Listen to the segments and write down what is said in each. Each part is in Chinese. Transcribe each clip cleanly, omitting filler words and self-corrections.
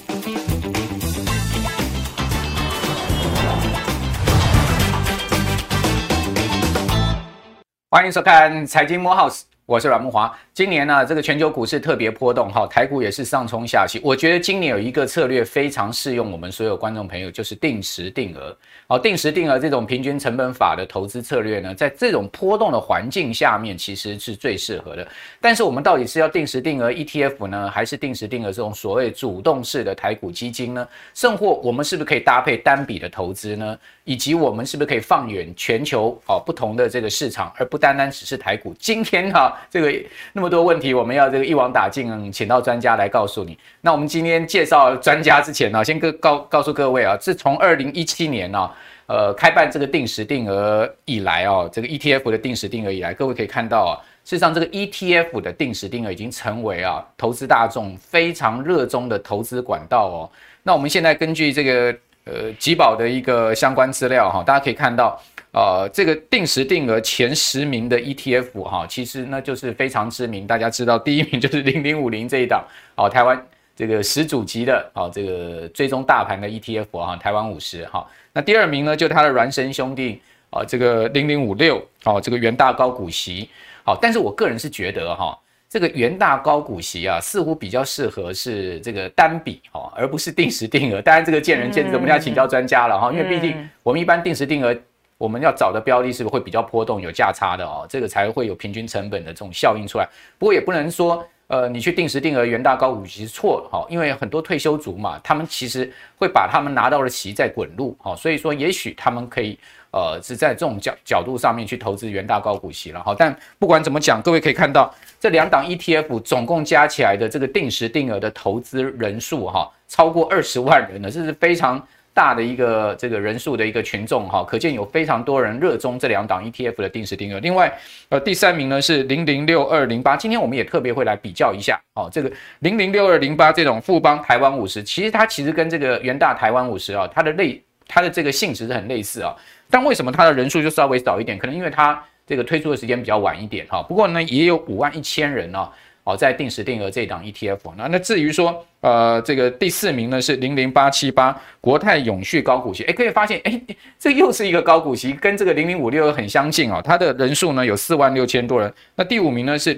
欢迎收看财经Mo House，我是阮慕骅。今年呢，这个全球股市特别波动，台股也是上冲下洗。我觉得今年有一个策略非常适用我们所有观众朋友，就是定时定额。定时定额这种平均成本法的投资策略呢，在这种波动的环境下面，其实是最适合的。但是我们到底是要定时定额 ETF 呢，还是定时定额这种所谓主动式的台股基金呢？甚或我们是不是可以搭配单笔的投资呢？以及我们是不是可以放眼全球不同的这个市场，而不单单只是台股？今天这个那么多问题，我们要这个一网打尽，请到专家来告诉你。那我们今天介绍专家之前先告诉各位自从2017年开办这个定时定额以来这个 ETF 的定时定额以来，各位可以看到事实上这个 ETF 的定时定额已经成为投资大众非常热衷的投资管道那我们现在根据这个集保的一个相关资料大家可以看到这个定时定额前10名的 ETF 其实呢就是非常知名，大家知道第一名就是0050这一档台湾这个始祖级的这个追踪大盘的 ETF 台湾50那第二名呢就他的孪生兄弟这个0056这个元大高股息但是我个人是觉得这个元大高股息似乎比较适合是这个单笔而不是定时定额。当然这个见仁见智，我们要请教专家了因为毕竟我们一般定时定额我们要找的标的是不是会比较波动有价差的这个才会有平均成本的这种效应出来。不过也不能说你去定时定额元大高股息是错了因为很多退休族嘛，他们其实会把他们拿到的息再滚入所以说也许他们可以是在这种角度上面去投资元大高股息了但不管怎么讲，各位可以看到这两档 ETF 总共加起来的这个定时定额的投资人数超过20万人了，这是非常大的一个这个人数的一个群众可见有非常多人热衷这两档 ETF 的定时定额。另外第三名呢是006208，今天我们也特别会来比较一下这个006208这种富邦台湾50，其实它其实跟这个元大台湾50它的这个性质是很类似但为什么它的人数就稍微少一点？可能因为它这个推出的时间比较晚一点不过呢也有51000人在定时定额这档 ETF 那至于说这个第4名呢是00878国泰永续高股息可以发现这又是一个高股息，跟这个0056很相近它的人数呢有46000多人。那第5名呢是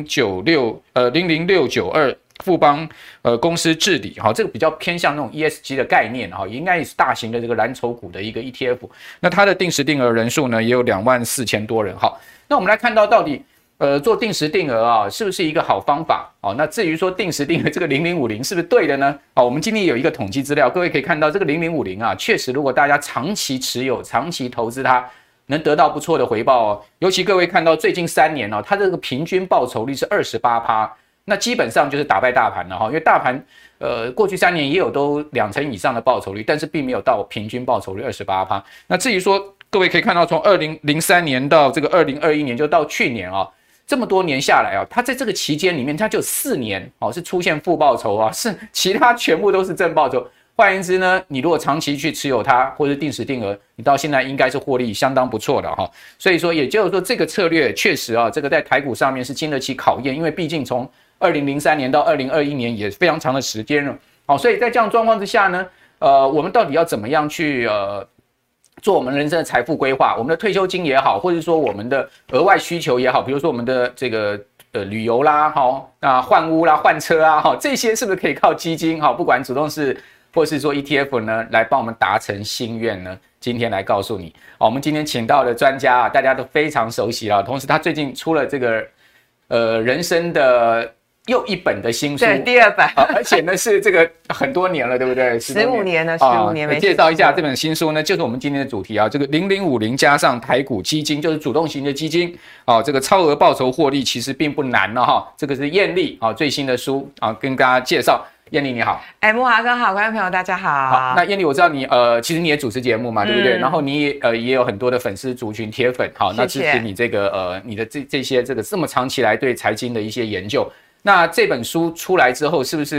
00692富邦公司治理这个比较偏向那种 ESG 的概念应该也是大型的这个蓝筹股的一个 ETF。那它的定时定额人数呢也有24000多人。好，那我们来看到底做定时定额是不是一个好方法那至于说定时定额这个0050是不是对的呢我们今天有一个统计资料，各位可以看到这个0050确实如果大家长期持有长期投资它能得到不错的回报尤其各位看到最近3年它这个平均报酬率是 28%，那基本上就是打败大盘了因为大盘过去3年也有都2成以上的报酬率，但是并没有到平均报酬率 28%。那至于说各位可以看到从2003年到这个2021年就到去年这么多年下来它在这个期间里面它就4年是出现负报酬是其他全部都是正报酬。换言之呢，你如果长期去持有它或者定时定额，你到现在应该是获利相当不错的所以说也就是说这个策略确实这个在台股上面是经得起考验，因为毕竟从2003年到2021年也非常长的时间了所以在这样状况之下呢我们到底要怎么样去做我们人生的财富规划，我们的退休金也好，或者说我们的额外需求也好，比如说我们的这个旅游啦换屋啦换车这些是不是可以靠基金不管主动式或是说 ETF 呢来帮我们达成心愿呢？今天来告诉你我们今天请到的专家大家都非常熟悉同时他最近出了这个人生的又一本的新书， 对，第2本而且呢是这个很多年了，对不对 ？15年了，15年没介绍一下这本新书呢，就是我们今天的主题这个0050加上台股基金，就是主动型的基金这个超额报酬获利其实并不难这个是燕俐最新的书跟大家介绍。燕俐你好。 慕骅哥好，观众朋友大家好。 好，那燕俐我知道你其实你也主持节目嘛，对不对？然后你也有很多的粉丝族群铁粉，好，那支持你这个你的这些这么长期来对财经的一些研究。那这本书出来之后，是不是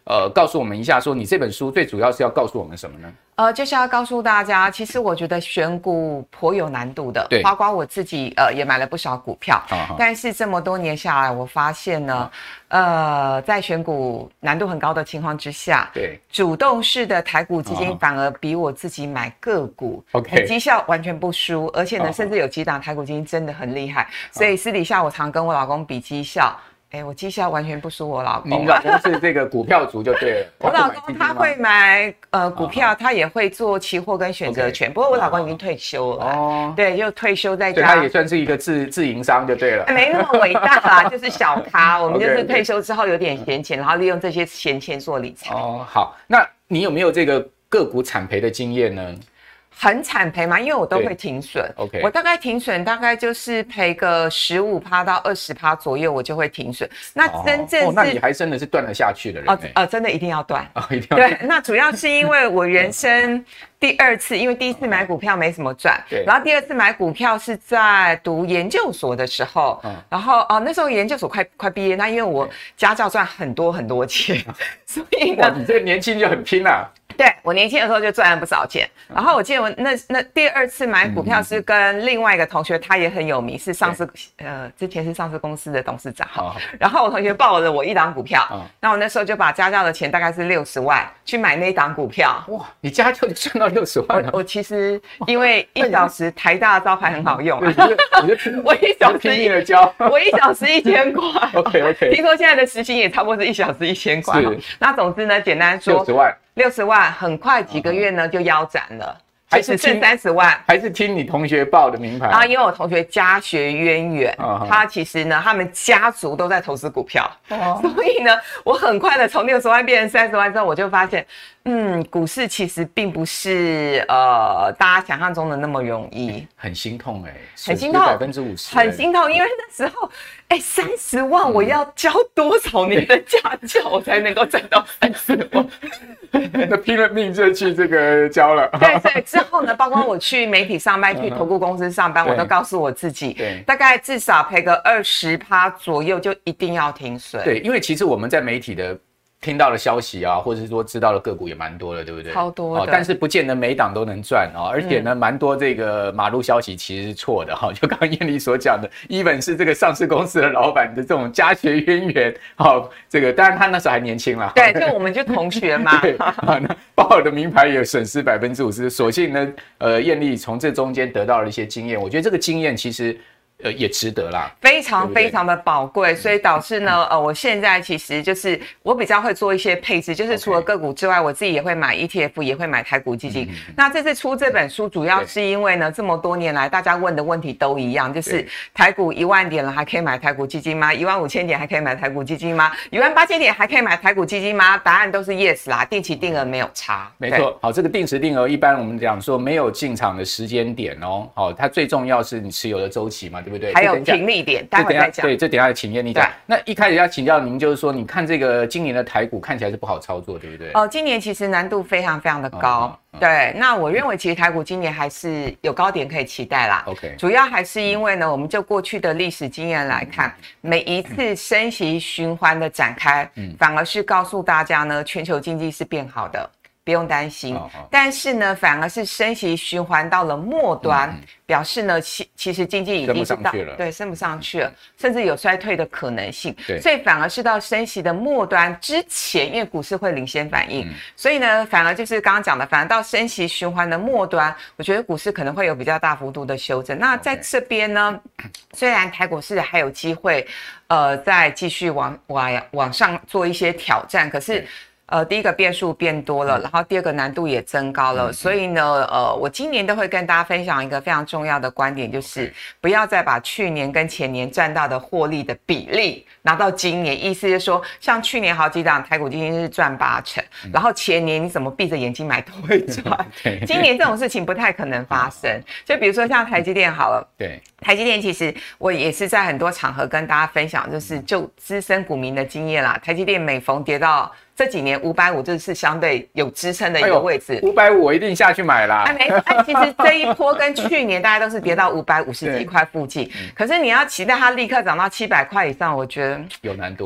告诉我们一下，说你这本书最主要是要告诉我们什么呢？ 就是要告诉大家，其实我觉得选股颇有难度的， 对， 包括我自己也买了不少股票，但是这么多年下来，我发现呢，在选股难度很高的情况之下， 对， 主动式的台股基金反而比我自己买个股 ，OK， 绩效完全不输，而且呢，甚至有几档台股基金真的很厉害，所以私底下我常跟我老公比绩效。我绩效完全不输我老公。 你老公是这个股票族就对了。 我老公他会买股票，他也会做期货跟选择权。不过我老公已经退休了，对，就退休在家。 他也算是一个自营商就对了。 没那么伟大啦，就是小咖。我们就是退休之后有点闲钱，然后利用这些闲钱做理财。 好，那你有没有这个个股惨赔的经验呢？ 很惨赔嘛，因为我都会停损。 OK， 我大概停损大概就是赔个15%到20%左右，我就会停损。那真正是那你还真的是断得下去的人真的一定要断。 一定要断。 对，那主要是因为我人生第二次，因为第一次买股票没什么赚，然后第二次买股票是在读研究所的时候，然后那时候研究所快毕业，那因为我家教赚很多很多钱，所以呢， 你这个年轻就很拼啊。 对，我年轻的时候就赚了不少钱，然后我记得我那第二次买股票是跟另外一个同学，他也很有名，是上市之前是上市公司的董事长，然后我同学报了我一档股票，那我那时候就把家教的钱大概是60万去买那一档股票。 哇，你家教就赚到60万了。 我其实因为1小时台大的招牌很好用， 我1小时拼命的教， 我1小时1000块。 OK， 听说现在的时薪也差不多是1小时1000块。那总之呢，简单说60万，很快几个月呢就腰斩了，还是剩30万。 还是听你同学报的名牌。 然后因为我同学家学渊源，他其实呢，他们家族都在投资股票，所以呢，我很快的从60万变成30万之后，我就发现，股市其实并不是大家想象中的那么容易。 很心痛很心痛 ，50%， 很心痛，因为那时候30万我要交多少年的家教我才能够赚到30万？ 那拼了命就去这个教了。 对，所以之后呢，包括我去媒体上班，去投顾公司上班，我都告诉我自己，大概至少赔个20%左右，就一定要停损。 对，因为其实我们在媒体的听到的消息啊，或者是说知道的个股也蛮多的，对不对？ 超多的， 但是不见得每档都能赚而且呢，蛮多这个马路消息其实是错的就刚刚燕俐所讲的 ，even 是这个上市公司的老板的这种家学渊源，这个当然他那时候还年轻啦， 对，就我们就同学嘛， 对，那报的名牌也损失50%，所幸呢，燕俐从这中间得到了一些经验，我觉得这个经验其实。也值得啦， 非常非常的宝贵，所以导致呢，我现在其实就是我比较会做一些配置，就是除了个股之外，我自己也会买 ETF， 也会买台股基金。那这次出这本书，主要是因为呢，这么多年来大家问的问题都一样，就是台股1万点了，还可以买台股基金吗？15000点还可以买台股基金吗？18000点还可以买台股基金吗？答案都是 yes 啦，定期定额没有差。 没错，好，这个定时定额一般我们讲说没有进场的时间点好，它最重要是你持有的周期嘛。对不对？ 还有停利点，待会再讲。 对，这等一下请燕俐讲。那一开始要请教您，就是说，你看这个今年的台股看起来是不好操作，对不对？ 今年其实难度非常非常的高。对，那我认为其实台股今年还是有高点可以期待啦。 OK， 主要还是因为呢，我们就过去的历史经验来看，每一次升息循环的展开，反而是告诉大家呢，全球经济是变好的。不用担心，但是呢，反而是升息循环到了末端，表示呢，其实经济已经是升不上去了，甚至有衰退的可能性。所以反而是到升息的末端之前，因为股市会领先反应，所以呢，反而就是刚刚讲的，反而到升息循环的末端，我觉得股市可能会有比较大幅度的修正。那在这边呢，虽然台股市还有机会，再继续往上做一些挑战，可是。第一个变数变多了，然后第二个难度也增高了，所以呢，我今年都会跟大家分享一个非常重要的观点，就是不要再把去年跟前年赚到的获利的比例拿到今年，意思就是说，像去年好几档台股基金是赚80%，然后前年你怎么闭着眼睛买都会赚，今年这种事情不太可能发生。就比如说像台积电好了， 对， 台积电其实我也是在很多场合跟大家分享，就是就资深股民的经验啦，台积电每逢跌到这几年550这是相对有支撑的一个位置 ，550我一定下去买啦。 其实这一波跟去年大家都是跌到550几块附近，可是你要期待它立刻涨到700块以上，我觉得有难度了。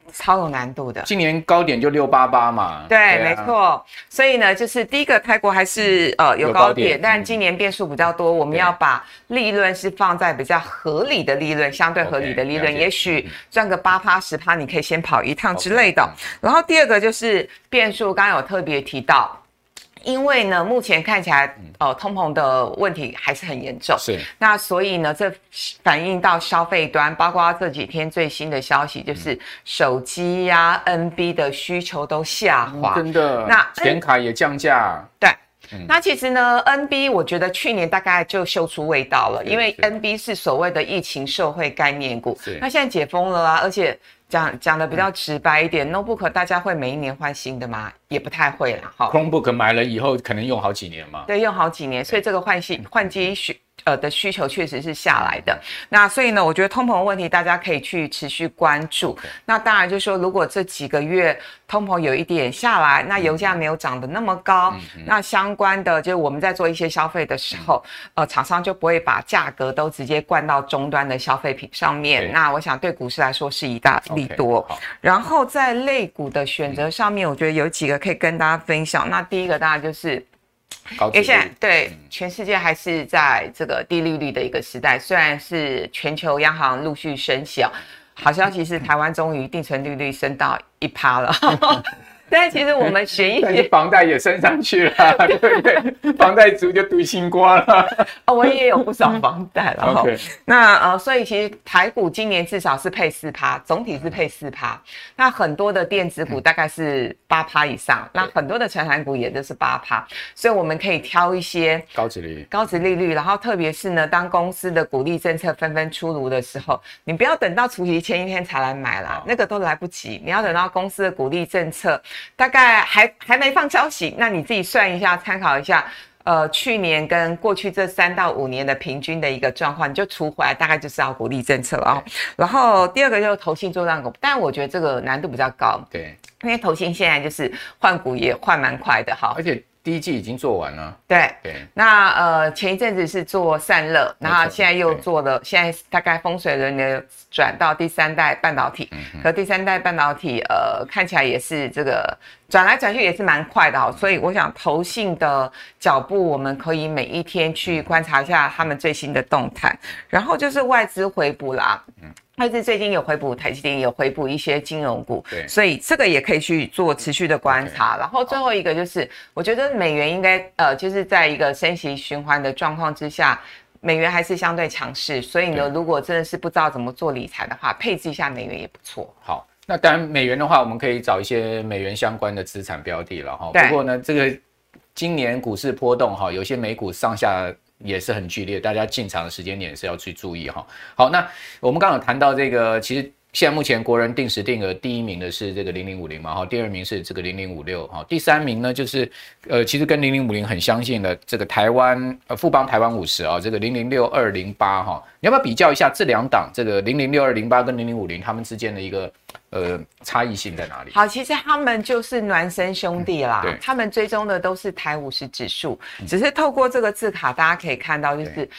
超有难度的。 今年高点就688嘛。 对，没错。所以呢，就是第一个泰国还是有高点，但今年变数比较多，我们要把利润是放在比较合理的利润，相对合理的利润，也许赚个8%、10%，你可以先跑一趟之类的。然后第二个就是变数，刚刚有特别提到。因为呢，目前看起来，通膨的问题还是很严重。 是。那所以呢，这反映到消费端，包括这几天最新的消息，就是手机呀、NB 的需求都下滑。 真的。那显卡也降价。 对。那其实呢 ，NB 我觉得去年大概就嗅出味道了，因为 NB 是所谓的疫情社会概念股。那现在解封了啊，而且。讲的比较直白一点 ，notebook 大家会每一年换新的吗？也不太会啦。 Chromebook 买了以后可能用好几年嘛。 对，用好几年，所以这个换机的需求确实是下来的。那所以呢，我觉得通膨问题大家可以去持续关注。那当然就是说，如果这几个月通膨有一点下来，那油价没有涨得那么高，那相关的就是我们在做一些消费的时候，厂商就不会把价格都直接灌到终端的消费品上面。那我想对股市来说是一大利多。然后在类股的选择上面，我觉得有几个可以跟大家分享。那第一个当然就是。因为现在对全世界还是在这个低利率的一个时代，虽然是全球央行陆续升息，好消息是台湾终于定存利率升到1%了。但其实我们选一些房贷也升上去了，对不对？房贷族就独心瓜了。 我也有不少房贷了。Okay. 那所以其实台股今年至少是配4%，总体是配4%。那很多的电子股大概是8%以上，那很多的传产股也都是8%。所以我们可以挑一些高殖利率，然后特别是呢，当公司的股利政策纷纷出炉的时候，你不要等到除息前一天才来买啦，那个都来不及。你要等到公司的股利政策。大概还没放消息，那你自己算一下，参考一下，去年跟过去这3到5年的平均的一个状况，你就除回来，大概就是要股利政策了。然后第二个就是投信做账股，但我觉得这个难度比较高， 对， 因为投信现在就是换股也换蛮快的哈， 而且第一季已经做完了。 对。那前一阵子是做散热，然后现在又做了，现在大概风水轮流转到第3代半导体，可第3代半导体看起来也是这个转来转去也是蛮快的，所以我想投信的脚步我们可以每一天去观察一下他们最新的动态，然后就是外资回补啦。外资最近有回补台积电，有回补一些金融股，所以这个也可以去做持续的观察。然后最后一个就是，我觉得美元应该就是在一个升息循环的状况之下，美元还是相对强势，所以呢，如果真的是不知道怎么做理财的话，配置一下美元也不错。 好，那当然美元的话，我们可以找一些美元相关的资产标的了哈。不过呢，这个今年股市波动哈，有些美股上下。也是很剧烈，大家进场的时间点是要去注意哈。好，那我们刚刚有谈到这个，其实现在目前国人定时定额第1名的是这个0050嘛，哈，第2名是这个0056，哈，第3名呢就是其实跟0050很相近的这个台湾富邦台湾50啊，这个006208哈，你要不要比较一下这2档这个006208跟0050他们之间的一个差异性在哪里？ 好，其实他们就是孪生兄弟啦，他们追踪的都是台50指数，只是透过这个字卡，大家可以看到就是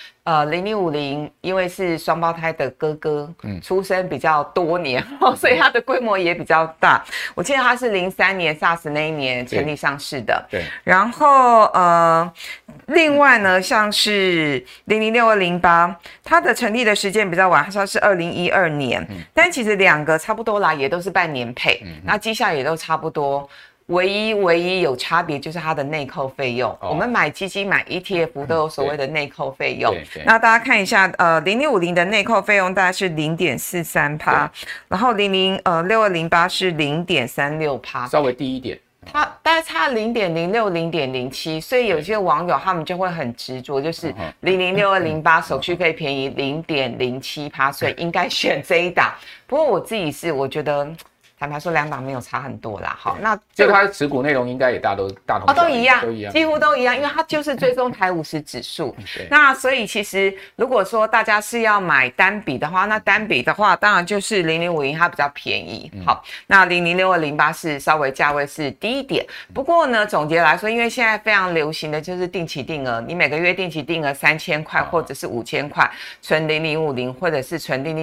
0050因为是双胞胎的哥哥，出生比较多年，所以它的规模也比较大。我记得它是03年 SARS 那一年成立上市的，对。然后另外呢，像是006208，它的成立的时间比较晚，它是2012年，但其实2个差不多啦，也都是半年配，那绩效也都差不多。唯一有差别就是它的内扣费用，我们买基金买 ETF 都有所谓的内扣费用。那大家看一下，0050的内扣费用大概是 0.43%， 然后6208是 0.36%， 稍微低一点。 它大概差0.06、0.07，所以有些网友他们就会很执着，就是006208手续费便宜 0.07%， 所以应该选这一档。不过我自己我觉得。坦白说，2档没有差很多啦。好，那就它的持股内容应该也大同都一样，几乎都一样，因为它就是追踪台50指数。那所以其实如果说大家是要买单笔的话，那单笔的话当然就是0050它比较便宜。好，那006208是稍微价位是低一点。不过呢，总结来说，因为现在非常流行的就是定期定额，你每个月定期定额3000块或者是5000块，存0050或者是存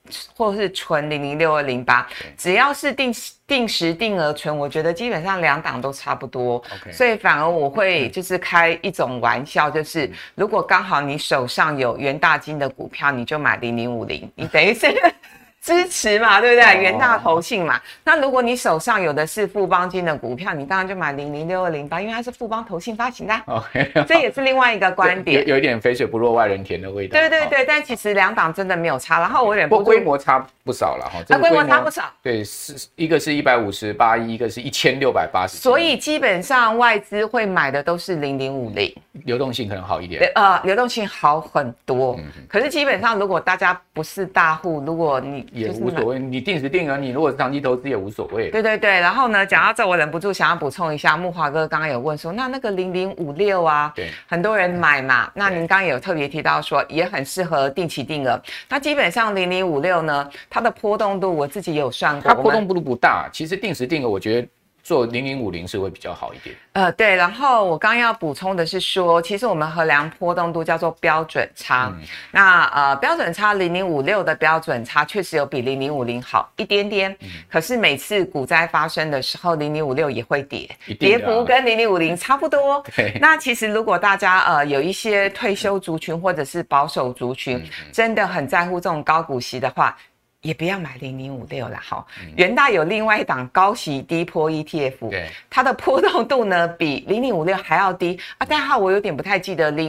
或是纯006208，只要是定时定额存，我觉得基本上2档都差不多。所以反而我会就是开一种玩笑，就是如果刚好你手上有元大金的股票，你就买0050，你等于是支持嘛，对不对？元大投信嘛。那如果你手上有的是富邦金的股票，你当然就买006208，因为它是富邦投信发行的。OK， 这也是另外一个观点， 有一点肥水不落外人田的味道。 对对对，但其实2档真的没有差。然后我忍不过规模差不少了哈， 规模差不少。 对，一个是158亿，一个是1680。 所以基本上外资会买的都是0050， 流动性可能好一点。 流动性好很多。可是基本上如果大家不是大户，如果你也无所谓，你定时定额，你如果是长期投资也无所谓。 对对对，然后呢，讲到这，我忍不住想要补充一下，木华哥刚刚有问说，那个0056啊，对，很多人买嘛，那您刚刚有特别提到说，也很适合定期定额。那基本上0056呢，它的波动度我自己也有算过， 它波动度不大，其实定时定额我觉得做0050是会比较好一点。 对，然后我刚要补充的是说，其实我们衡量波动度叫做标准差。那标准差0056的标准差确实有比0050好一点点，可是每次股灾发生的时候，0056也会跌，跌幅跟0050差不多。那其实如果大家有一些退休族群或者是保守族群，真的很在乎这种高股息的话，也不要买0056啦哈。元大有另外一档高息低波 ETF， 它的波动度呢比0056还要低啊，但是我有点不太记得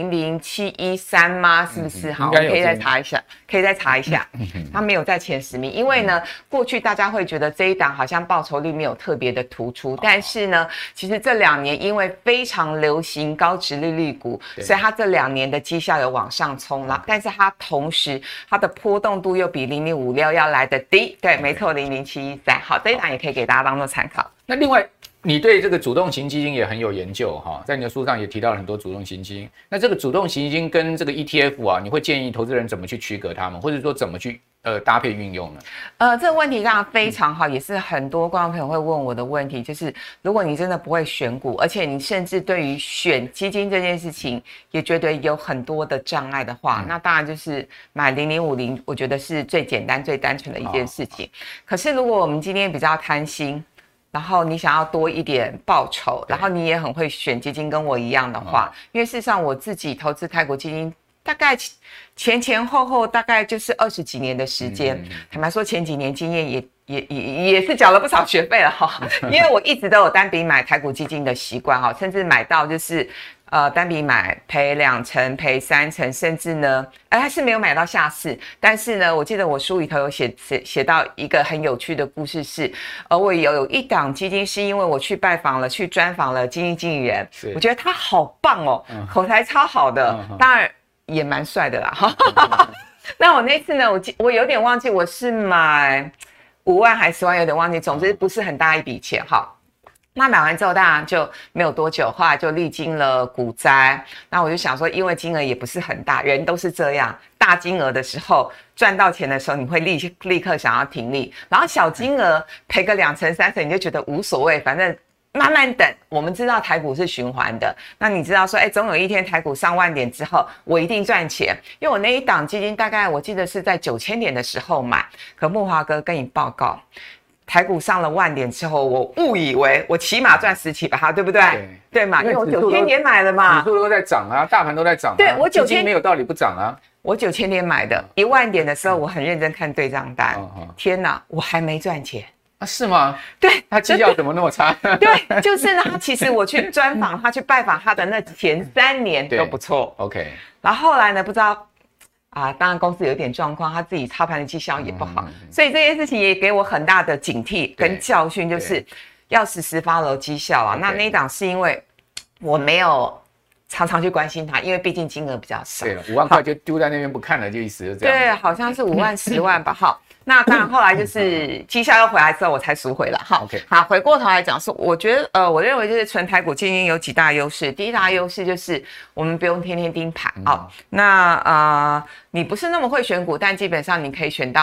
00713吗？是不是？好，可以再查一下，它没有在前10名，因为呢，过去大家会觉得这一档好像报酬率没有特别的突出，但是呢，其实这2年因为非常流行高殖利率股，所以它这2年的绩效有往上冲了，但是它同时它的波动度又比0056要来的低，对，没错，00713。好，这一档也可以给大家当做参考。 那另外，你对这个主动型基金也很有研究哈，在你的书上也提到了很多主动型基金。那这个主动型基金跟这个 ETF 啊，你会建议投资人怎么去区隔它们，或者说怎么去搭配运用呢？ 这个问题当然非常好，也是很多观众朋友会问我的问题，就是如果你真的不会选股，而且你甚至对于选基金这件事情也觉得有很多的障碍的话，那当然就是买0050，我觉得是最简单、最单纯的一件事情。可是如果我们今天比较贪心，然后你想要多一点报酬，然后你也很会选基金，跟我一样的话，因为事实上我自己投资台股基金，大概前后大概就是20几年的时间。坦白说，前几年经验也是缴了不少学费了哈，因为我一直都有单笔买台股基金的习惯哈，甚至买到就是单笔买赔2成、赔3成，甚至呢，还是没有买到下市。但是呢，我记得我书里头有写到一个很有趣的故事是，我有一档基金是因为我去专访了基金经理人，我觉得他好棒哦，口才超好的，当然也蛮帅的啦。那我那次呢，我有点忘记我是买5万还是10万，有点忘记，总之不是很大一笔钱哈。那买完之后当然就没有多久，后来就历经了股灾。那我就想说，因为金额也不是很大，人都是这样，大金额的时候赚到钱的时候，你会立刻想要停利，然后小金额赔个2成3成，你就觉得无所谓，反正慢慢等。我们知道台股是循环的，那你知道说，总有一天台股上万点之后，我一定赚钱。因为我那一档基金大概我记得是在9000点的时候买，可木华哥跟你报告，台股上了万点之后，我误以为我起码赚10起吧，对不对？对嘛，因为我9000点买了嘛， 指数都在涨啊，大盘都在涨啊， 对，我基金没有道理不涨啊。 我9000点买的，1万点的时候，我很认真看对账单，天哪，我还没赚钱。 啊，是吗？ 对， 他绩效怎么那么差？ 对，就是呢。其实我去专访他，去拜访他的那前3年都不错。 OK， 然后后来呢，不知道当然公司有点状况，他自己操盘的绩效也不好，所以这件事情也给我很大的警惕跟教训，就是要时时 follow 绩效啊。那一档是因为我没有常常去关心它，因为毕竟金额比较少。 对了，5万块就丢在那边不看了，就意思就这样。 对，好像是5万、10万吧。好。那当然，后来就是绩效又回来之后，我才赎回了哈。好，回过头来讲说，我觉得我认为就是纯台股基金有几大优势。第一大优势就是我们不用天天盯盘那你不是那么会选股，但基本上你可以选到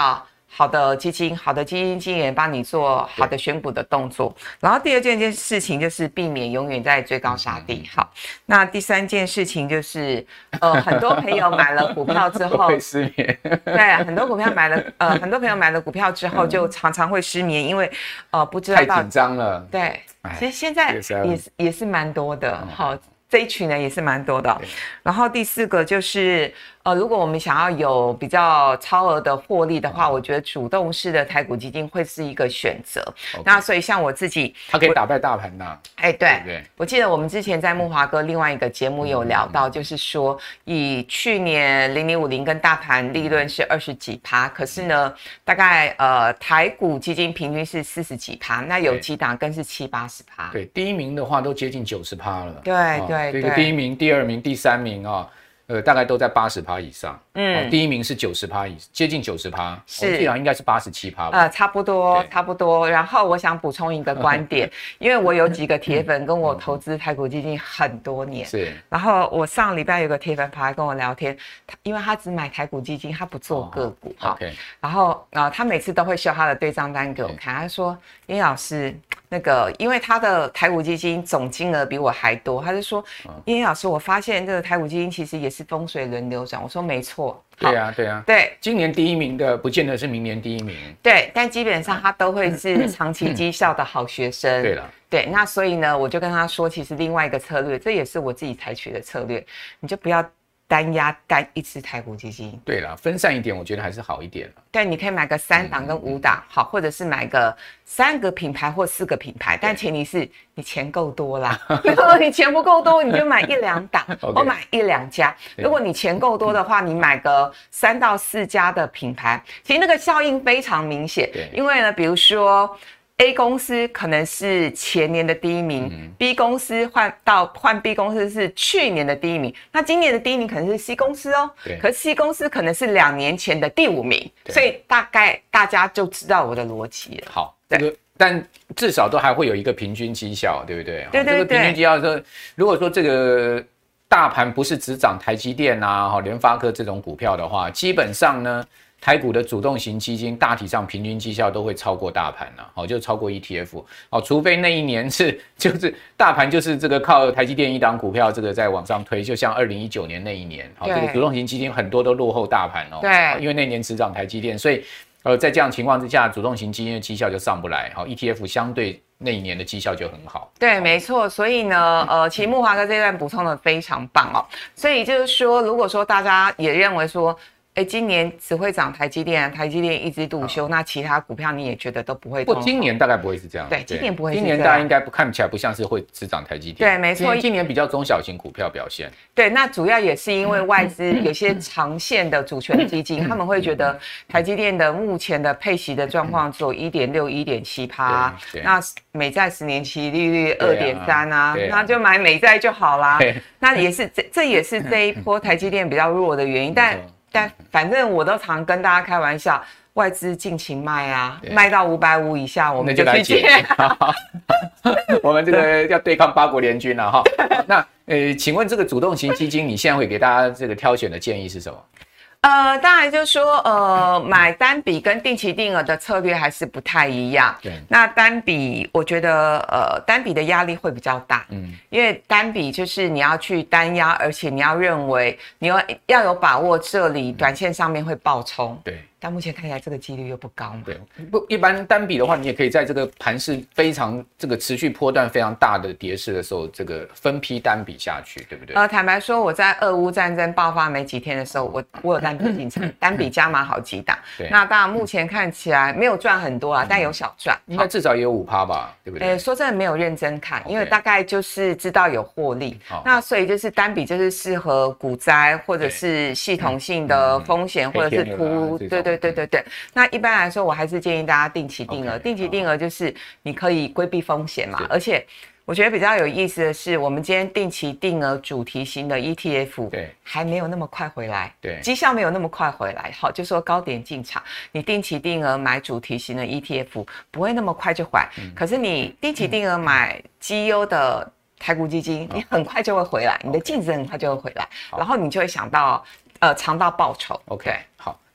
好的基金经理人帮你做好的选股的动作。然后第二件事情就是避免永远在追高杀低。好，那第三件事情就是很多朋友买了股票之后会失眠。 对，很多朋友买了股票之后就常常会失眠，因为不知道太紧张了。 对，其实现在也是蛮多的。好，这一群人也是蛮多的。然后第四个就是如果我们想要有比较超额的获利的话，我觉得主动式的台股基金会是一个选择。那所以像我自己， 它可以打败大盘呐。 对，我记得我们之前在木华哥另外一个节目有聊到，就是说以去年0050跟大盘利润是20几%，可是呢，大概台股基金平均是40几%，那有几档更是70-80%。 对，第一名的话都接近90%了。 对， 这个第一名、第二名、第三名大概都在80%以上。第一名是90%接近90%，是，应该是87%吧。 差不多。然后我想补充一个观点，因为我有几个铁粉跟我投资台股基金很多年， 是。然后我上礼拜有个铁粉跑来跟我聊天，因为他只买台股基金，他不做个股。 OK。然后他每次都会秀他的对账单给我看，他说：“燕老师，那个因为他的台股基金总金额比我还多，他就说，燕老师，我发现这个台股基金其实也是风水轮流转。”我说：“没错。” 对啊，今年第一名的不见得是明年第一名。 对，但基本上他都会是长期绩效的好学生。对，那所以呢，我就跟他说，其实另外一个策略，这也是我自己采取的策略，你就不要单压单一支台股基金。 对啦，分散一点，我觉得还是好一点。 对，你可以买个3档跟5档，好，或者是买个3个品牌或4个品牌，但前提是你钱够多啦。如果你钱不够多，你就买1-2档，或买1-2家。如果你钱够多的话，你买个3到4家的品牌，其实那个效应非常明显。因为呢，比如说A 公司可能是前年的第一名，B 公司换 B 公司是去年的第一名，那今年的第一名可能是 C 公司哦，可是 C 公司可能是2年前的第5名，所以大概大家就知道我的逻辑了。 好，但至少都还会有一个平均绩效，对不对？ 对， 这个平均绩效说，如果说这个大盘不是只涨台积电啊、联发科这种股票的话，基本上呢，台股的主动型基金大体上平均绩效都会超过大盘就超过 ETF 除非那一年就是大盘就是这个靠台积电一档股票这个在往上推，就像2019年那一年这个主动型基金很多都落后大盘对， 因为那年只涨台积电，所以在这样情况之下，主动型基金的绩效就上不来，ETF 相对那一年的绩效就很好。 对，没错。所以呢，其实木华哥这段补充的非常棒所以就是说，如果说大家也认为说，今年只会涨台积电，台积电一枝独秀，那其他股票你也觉得都不会。 不，今年大概不会是这样。 对，今年不会是这样。 今年大家应该看起来不像是会只涨台积电。 对，没错。 今年比较中小型股票表现。 对，那主要也是因为外资有些长线的主权基金，他们会觉得台积电的目前的配息的状况只有1.6、1.7%，那美债10年期利率2.3那就买美债就好啦。那也是这也是这一波台积电比较弱的原因，但反正我都常跟大家开玩笑，外资尽情卖卖到550以下，我们就去接。 我们这个要对抗8国联军了那请问这个主动型基金，你现在会给大家这个挑选的建议是什么？ 当然就是说，买单笔跟定期定额的策略还是不太一样。 对， 那单笔我觉得单笔的压力会比较大，因为单笔就是你要去单压，而且你要认为你要有把握这里短线上面会爆冲。 对。 但目前看起来这个几率又不高嘛。 对，不一般单笔的话，你也可以在这个盘势非常这个持续波段非常大的跌势的时候，这个分批单笔下去，对不对？ 坦白说，我在俄乌战争爆发没几天的时候，我有单笔进场，单笔加码好几档。 对， 那当然目前看起来没有赚很多但有小赚， 应该至少也有5%吧，对不对？ 说真的没有认真看，因为大概就是知道有获利。那所以就是单笔就是适合股灾或者是系统性的风险，或者是突对。那一般来说，我还是建议大家定期定额。定期定额就是你可以规避风险嘛，而且我觉得比较有意思的是，我们今天定期定额主题型的 ETF， 还没有那么快回来，绩效没有那么快回来。好，就说高点进场，你定期定额买主题型的 ETF 不会那么快就回来，可是你定期定额买绩优的台股基金，你很快就会回来，你的净值很快就会回来，然后你就会想到尝到报酬。 OK， 好。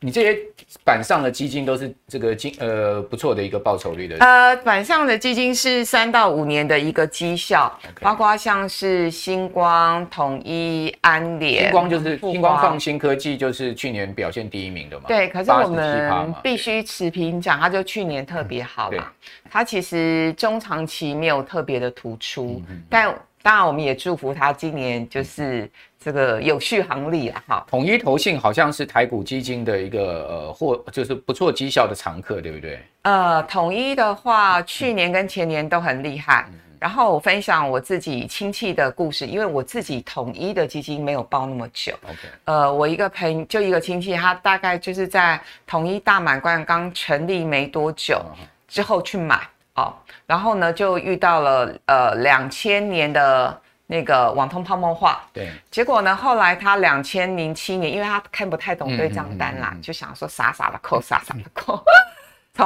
你这些板上的基金都是这个不错的一个报酬率的。 板上的基金是3到5年的一个绩效， okay. 包括像是星光、统一、安联。 星光创新科技就是去年表现第1名的嘛。 对，可是我们必须持平讲，它就去年特别好啦。它其实中长期没有特别的突出，但当然我们也祝福它今年就是这个有续航力啦。哈， 统一投信好像是台股基金的一个就是不错绩效的常客，对不对？ 统一的话，去年跟前年都很厉害。然后我分享我自己亲戚的故事，因为我自己统一的基金没有抱那么久。我一个亲戚，他大概就是在统一大满贯刚成立没多久之后去买然后呢就遇到了2000年的那个网通泡沫化。对，结果呢后来他2007年，因为他看不太懂对账单啦，就想说傻傻的扣。从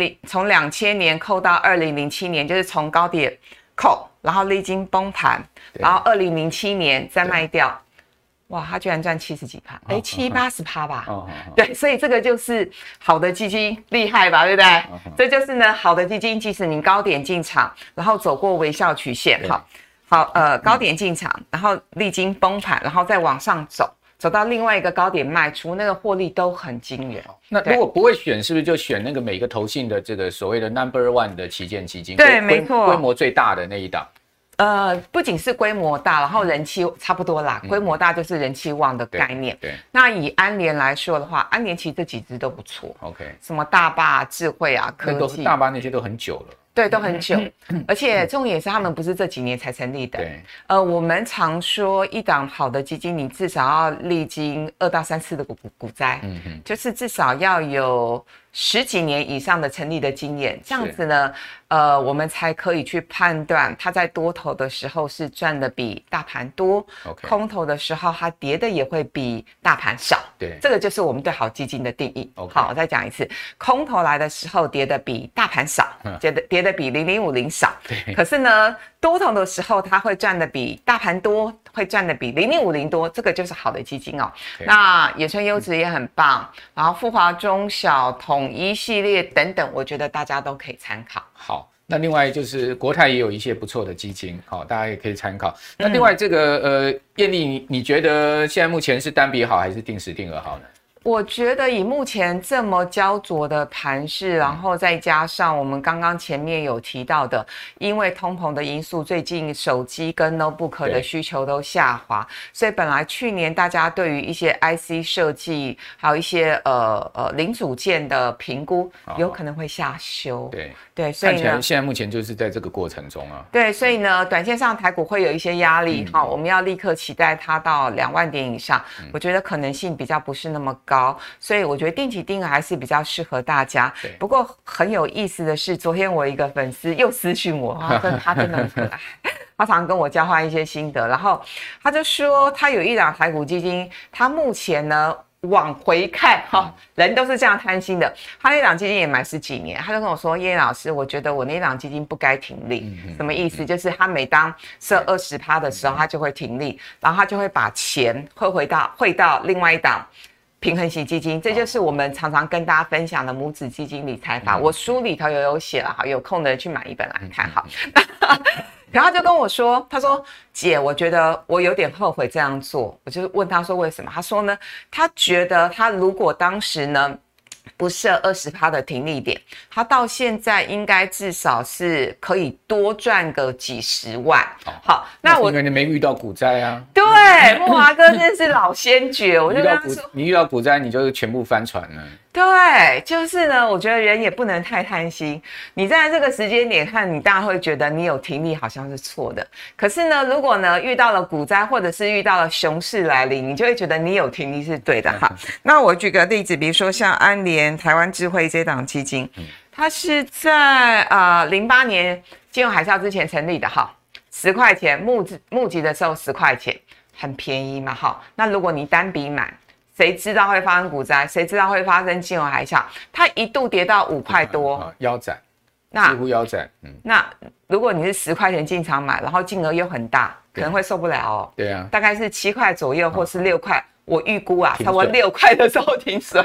2000年扣到2007年，就是从高点扣，然后历经崩盘，然后2007年再卖掉，哇，他居然赚70几%，70、80%吧。对，所以这个就是好的基金厉害吧，对不对？这就是呢好的基金，即使你高点进场，然后走过微笑曲线，高点进场，然后历经崩盘，然后再往上走到另外一个高点卖出，那个获利都很惊人。 那如果不会选，是不是就选那个每个投信的这个所谓的 No.1 的旗舰基金？ 对，没错， 规模最大的那一档。 不仅是规模大，然后人气差不多啦。规模大就是人气旺的概念。 对。 那以安联来说的话，安联其实这几支都不错。 OK。什么大霸、智慧啊、科技。 大霸那些都很久了。 对，都很久，而且重点是他们不是这几年才成立的。对，我们常说一档好的基金，你至少要历经2到3次的股灾，就是至少要有10几年以上的成立的经验，这样子呢，我们才可以去判断它在多头的时候是赚的比大盘多，空头的时候它跌的也会比大盘少。对，这个就是我们对好基金的定义。好，我再讲一次，空头来的时候跌的比大盘少，跌的比0050少。对，可是呢，多头的时候它会赚的比大盘多，会赚的比0050多，这个就是好的基金哦。那野村优质也很棒，然后富华中小、统一系列等等，我觉得大家都可以参考。 好，那另外就是国泰也有一些不错的基金，好，大家也可以参考。那另外这个燕俐，你觉得现在目前是单笔好还是定时定额好呢？ 我觉得以目前这么焦灼的盘势，然后再加上我们刚刚前面有提到的，因为通膨的因素，最近手机跟 notebook 的需求都下滑，所以本来去年大家对于一些 IC 设计，还有一些零组件的评估，有可能会下修。对，所以呢，看起来现在目前就是在这个过程中啊。 对，所以呢，短线上台股会有一些压力，我们要立刻期待它到2万点以上，我觉得可能性比较不是那么高，所以我觉得定期定额还是比较适合大家。不过很有意思的是，昨天我一个粉丝又私讯我，他真的很可爱，他常跟我交换一些心得，然后他就说他有一档台股基金，他目前呢往回看人都是这样贪心的，他那档基金也买10几年，他就跟我说，叶老师，我觉得我那档基金不该停利。什么意思？就是他每当设20%的时候，他就会停利，然后他就会把钱汇到另外一档平衡型基金，这就是我们常常跟大家分享的母子基金理财法。我书里头有写了，有空的人去买一本来看。好。然后他就跟我说，他说姐，我觉得我有点后悔这样做。我就问他说为什么？他说呢，他觉得他如果当时呢不设20%的停利点，他到现在应该至少是可以多赚个几十万。好，那我因为你没遇到股灾啊。 对，木华哥真是老先觉，我就跟他说， 你遇到股灾，你就全部翻船了。 对，就是呢，我觉得人也不能太贪心。你在这个时间点看，你当然会觉得你有停利好像是错的。可是呢，如果呢遇到了股灾，或者是遇到了熊市来临，你就会觉得你有停利是对的哈。那我举个例子，比如说像安联、台湾智慧这档基金，它是在08年金融海啸之前成立的哈，10块钱募集的时候10块钱，很便宜嘛哈。那如果你单笔买，谁知道会发生股灾？谁知道会发生金融海啸？它一度跌到5块多， 腰斩，几乎腰斩。 那如果你是10块钱进场买，然后金额又很大，可能会受不了哦。 对啊， 大概是7块左右，或是6块。我预估啊，差不多6块的时候停损。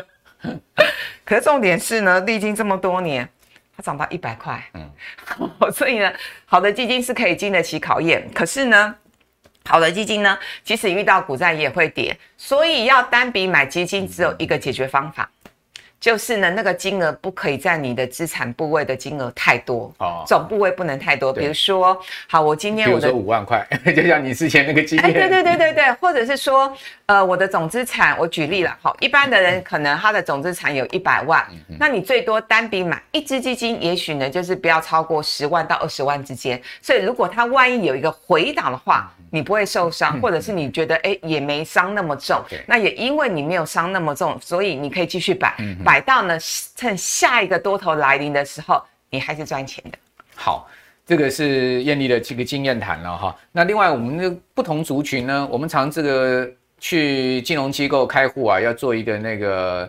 可是重点是呢，历经这么多年，它涨到100块，所以呢，好的基金是可以经得起考验。可是呢，好的基金呢，即使遇到股灾也会跌，所以要单笔买基金只有一个解决方法。就是呢，那个金额不可以占你的资产部位的金额太多，总部位不能太多。比如说，好，我今天比如说5万块，就像你之前那个经验， 对，或者是说，我的总资产，我举例了，好，一般的人可能他的总资产有100万，那你最多单笔买一支基金，也许呢就是不要超过10万到20万之间。所以如果它万一有一个回档的话，你不会受伤，或者是你觉得也没伤那么重，那也因为你没有伤那么重，所以你可以继续摆到呢，趁下一个多头来临的时候，你还是赚钱的。 好，这个是艳丽的这个经验谈了哈。那另外我们的不同族群呢，我们常这个去金融机构开户啊，要做一个那个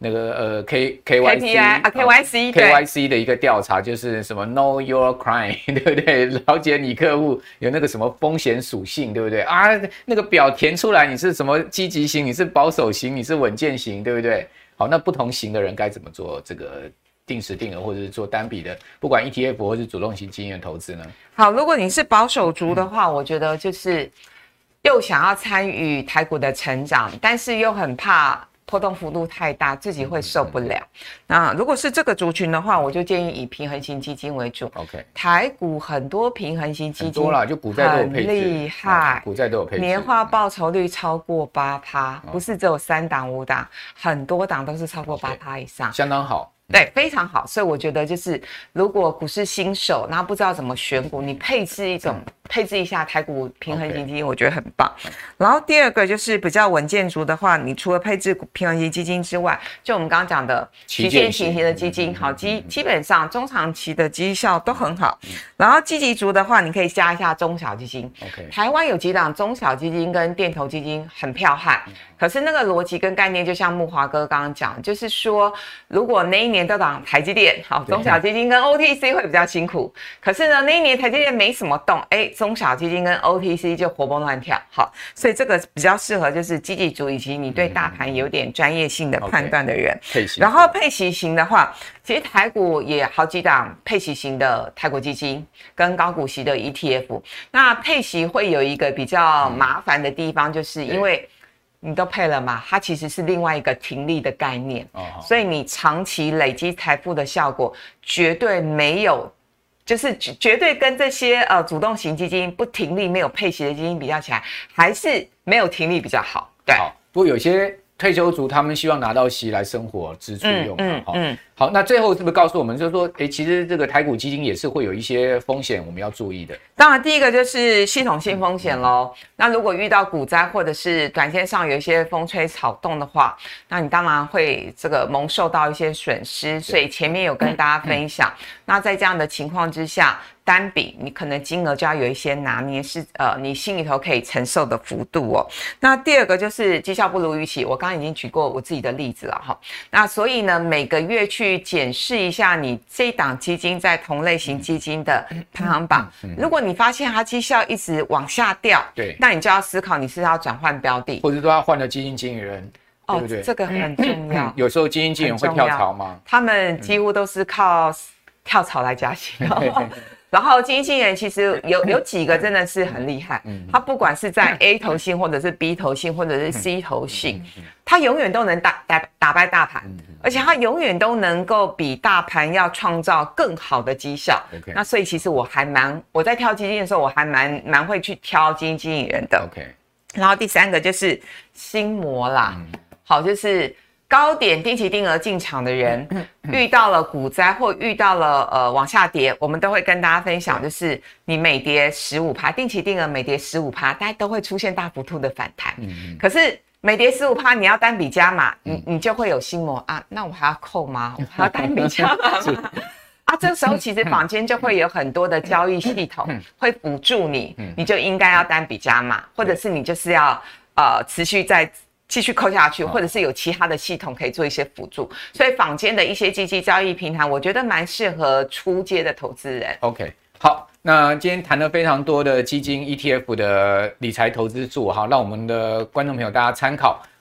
KYC 的一个调查，就是什么 Know Your Client， 对不对？了解你客户有那个什么风险属性，对不对啊？那个表填出来，你是什么积极型，你是保守型，你是稳健型，对不对？好，那不同型的人该怎么做这个定时定额或者是做单笔的，不管 ETF 或是主动型基金的投资呢？ 好，如果你是保守族的话，我觉得就是又想要参与台股的成长，但是又很怕波动幅度太大，自己会受不了。那如果是这个族群的话，我就建议以平衡型基金为主。 OK， 台股很多平衡型基金多啦，就股债都有配置， 很厉害， 股债都有配置， 年化报酬率超过8%，不是只有3档5档，很多档都是超过8%以上， 相当好。 对，非常好。所以我觉得就是，如果股市新手，然后不知道怎么选股，你配置一下台股平衡型基金，我觉得很棒。然后第二个就是比较稳健族的话，你除了配置平衡型基金之外，就我们刚刚讲的期限型的基金，好基本上中长期的绩效都很好。然后积极族的话，你可以加一下中小基金。台湾有几档中小基金跟电投基金很彪悍，可是那个逻辑跟概念，就像木华哥刚刚讲，就是说，如果那一年都涨台积电，好，中小基金跟 OTC 会比较辛苦。可是呢，那一年台积电没什么动，中小基金跟 OTC 就活蹦乱跳。好，所以这个比较适合就是积极族以及你对大盘有点专业性的判断的人。然后配息型的话，其实台股也好几档配息型的台股基金跟高股息的 ETF。那配息会有一个比较麻烦的地方，就是因为你都配了嘛，它其实是另外一个停利的概念，所以你长期累积财富的效果绝对没有，就是绝对跟这些主动型基金不停利没有配息的基金比较起来，还是没有停利比较好。对， 好，不过有些退休族他们希望拿到息来生活支出用嘛，好，那最后是不是告诉我们，就是说，其实这个台股基金也是会有一些风险，我们要注意的。 当然，第一个就是系统性风险咯。那如果遇到股灾或者是短线上有一些风吹草动的话，那你当然会这个蒙受到一些损失。所以前面有跟大家分享，那在这样的情况之下，单笔你可能金额就要有一些拿捏，是你心里头可以承受的幅度哦。那第二个就是绩效不如预期，我刚刚已经举过我自己的例子了哈。那所以呢，每个月去检视一下你这一档基金在同类型基金的排行榜，如果你发现它绩效一直往下掉， 对， 那你就要思考你是要转换标的， 或者说要换了基金经理人。对不对？ 这个很重要。 有时候基金经理人会跳槽吗？ 他们几乎都是靠跳槽来加薪。然后基金经理人其实有几个真的是很厉害，他不管是在 A 投信或者是 B 投信或者是 C 投信，他永远都能打败大盘，而且他永远都能够比大盘要创造更好的绩效。那所以其实我在挑基金的时候，我还蛮会去挑基金经理人的。然后第三个就是心魔啦，好，就是高点定期定额进场的人，遇到了股灾或遇到了往下跌，我们都会跟大家分享，就是你每跌15%，定期定额每跌15%，大家都会出现大幅度的反弹。可是每跌15%，你要单笔加码，你就会有心魔啊，那我还要扣吗？我还要单笔加码吗？这时候其实坊间就会有很多的交易系统会辅助你，你就应该要单笔加码，或者是你就是要持续再继续扣下去，或者是有其他的系统可以做一些辅助。所以坊间的一些基金交易平台，我觉得蛮适合初阶的投资人。 OK， 好，那今天谈了非常多的基金 ETF 的理财投资术，好，让我们的观众朋友大家参考。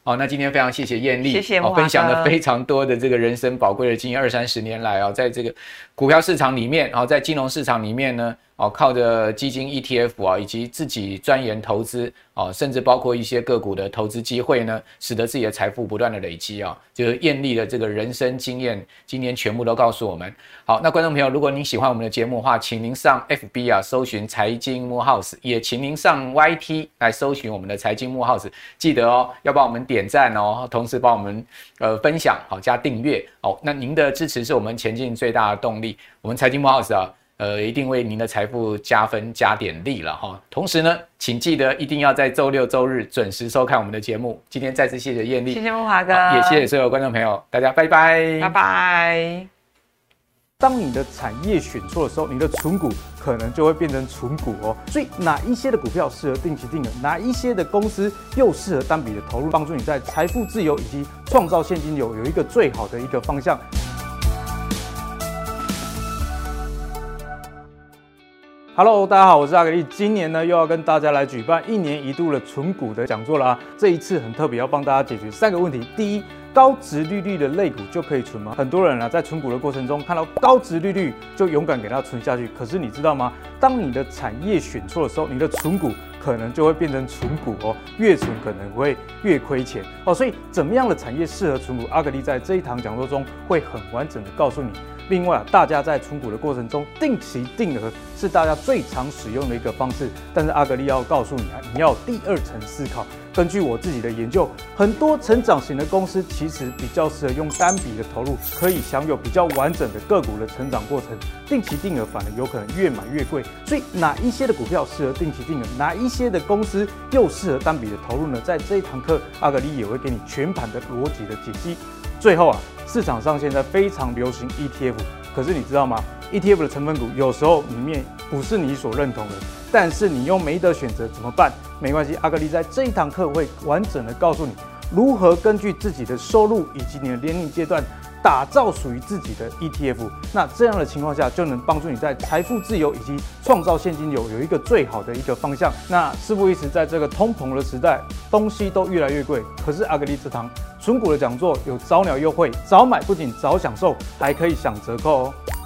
那今天非常谢谢燕俐， 谢谢分享了非常多的这个人生宝贵的经验，20-30年来在这个股票市场里面，在金融市场里面呢，靠着基金 ETF 以及自己钻研投资甚至包括一些个股的投资机会呢，使得自己的财富不断的累积就是燕俐的这个人生经验，今天全部都告诉我们。好，那观众朋友，如果您喜欢我们的节目的话，请您上 FB 搜寻财经慕 House， 也请您上 YT 来搜寻我们的财经慕 House， 记得要帮我们点赞同时帮我们分享加订阅那您的支持是我们前进最大的动力。我们财经慕 House一定为您的财富加分加点力了同时呢，请记得一定要在周六周日准时收看我们的节目。今天再次谢谢燕俐， 谢谢慕骅哥， 也谢谢所有观众朋友，大家拜拜， 拜拜。 当你的产业选错的时候，你的存股可能就会变成存股所以哪一些的股票适合定期定额，哪一些的公司又适合单笔的投入，帮助你在财富自由以及创造现金流有一个最好的一个方向。Hello， 大家好，我是阿格力。今年呢又要跟大家来举办1年1度的存股的讲座啦。这一次很特别，要帮大家解决3个问题。第一，高殖利率的类股就可以存吗？很多人在存股的过程中看到高殖利率就勇敢给它存下去。可是你知道吗？当你的产业选错的时候，你的存股可能就会变成存股越存可能会越亏钱所以怎么样的产业适合存股？阿格力在这一堂讲座中会很完整的告诉你。另外大家在存股的过程中，定期定额是大家最常使用的一个方式。但是阿格力要告诉你你要有第2层思考。根据我自己的研究，很多成长型的公司其实比较适合用单笔的投入，可以享有比较完整的个股的成长过程。定期定额反而有可能越买越贵。所以哪一些的股票适合定期定额，哪一些的公司又适合单笔的投入呢？在这一堂课，阿格力也会给你全盘的逻辑的解析。最后市场上现在非常流行 ETF， 可是你知道吗？ ETF 的成分股有时候里面不是你所认同的，但是你又没得选择怎么办？没关系，阿格力在这一堂课会完整的告诉你如何根据自己的收入以及你的年龄阶段，打造属于自己的 ETF。那这样的情况下，就能帮助你在财富自由以及创造现金流有一个最好的一个方向。那事不宜迟，在这个通膨的时代，东西都越来越贵，可是阿格力这堂存股的讲座有早鸟优惠，早买不仅早享受，还可以享折扣